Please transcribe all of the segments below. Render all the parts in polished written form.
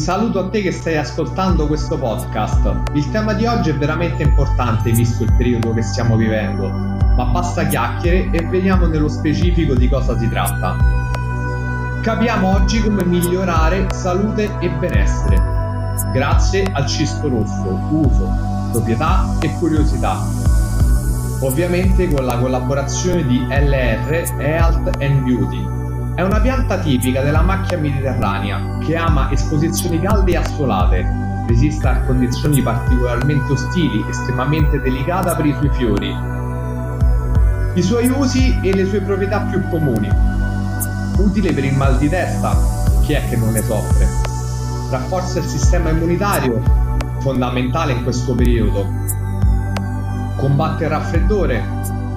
saluto a te che stai ascoltando questo podcast. Il tema di oggi è veramente importante visto il periodo che stiamo vivendo, ma basta chiacchiere e vediamo nello specifico di cosa si tratta. Capiamo oggi come migliorare salute e benessere, grazie al cisto rosso, uso, proprietà e curiosità. Ovviamente con la collaborazione di LR Health and Beauty. È una pianta tipica della macchia mediterranea che ama esposizioni calde e assolate, resiste a condizioni particolarmente ostili, estremamente delicata per i suoi fiori. I suoi usi e le sue proprietà più comuni. Utile per il mal di testa, chi è che non ne soffre? Rafforza il sistema immunitario, fondamentale in questo periodo. Combatte il raffreddore.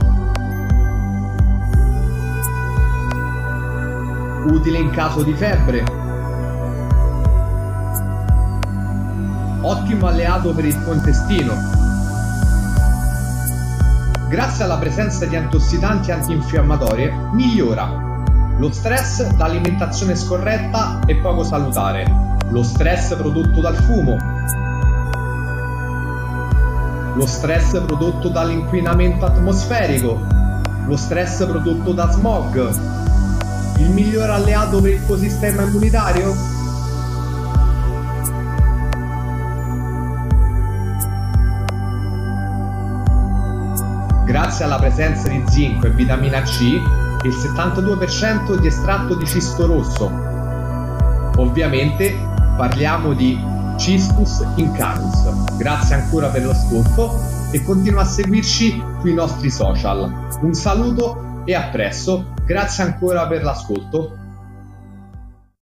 Utile in caso di febbre. Ottimo alleato per il tuo intestino. Grazie alla presenza di antiossidanti e antinfiammatorie migliora lo stress da alimentazione scorretta e poco salutare, lo stress prodotto dal fumo, lo stress prodotto dall'inquinamento atmosferico, lo stress prodotto da smog. Il miglior alleato per il tuo sistema immunitario? Grazie alla presenza di zinco e vitamina C e il 72% di estratto di cisto rosso. Ovviamente parliamo di Cistus incanus. Grazie ancora per l'ascolto e continua a seguirci sui nostri social. Un saluto e a presto. Grazie ancora per l'ascolto.